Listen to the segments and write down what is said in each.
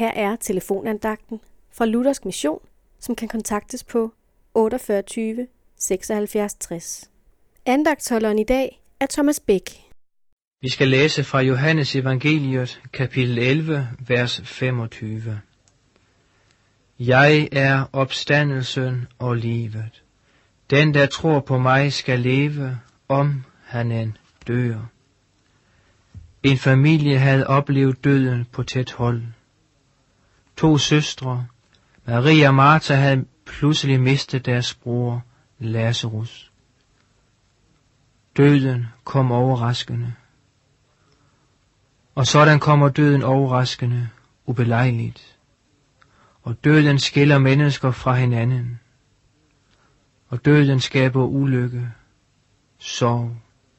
Her er telefonandagten fra Luthersk Mission, som kan kontaktes på 48 76 60. Andagtsholderen i dag er Thomas Bæk. Vi skal læse fra Johannes evangeliet, kapitel 11, vers 25. Jeg er opstandelsen og livet. Den, der tror på mig, skal leve, om han end dør. En familie havde oplevet døden på tæt hold. 2 søstre, Maria og Martha, havde pludselig mistet deres bror, Lazarus. Døden kom overraskende. Og sådan kommer døden overraskende, ubelejligt. Og døden skiller mennesker fra hinanden. Og døden skaber ulykke, sorg.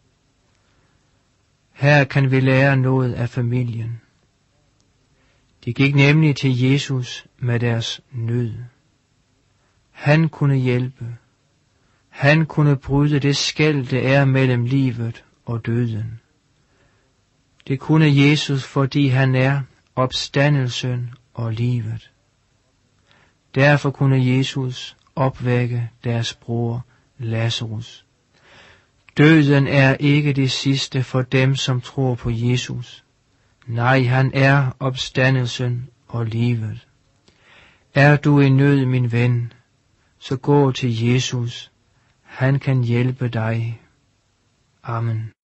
Her kan vi lære noget af familien. De gik nemlig til Jesus med deres nød. Han kunne hjælpe. Han kunne bryde det skel, der er mellem livet og døden. Det kunne Jesus, fordi han er opstandelsen og livet. Derfor kunne Jesus opvække deres bror Lazarus. Døden er ikke det sidste for dem, som tror på Jesus. Nej, han er opstandelsen og livet. Er du i nød, min ven, så gå til Jesus. Han kan hjælpe dig. Amen.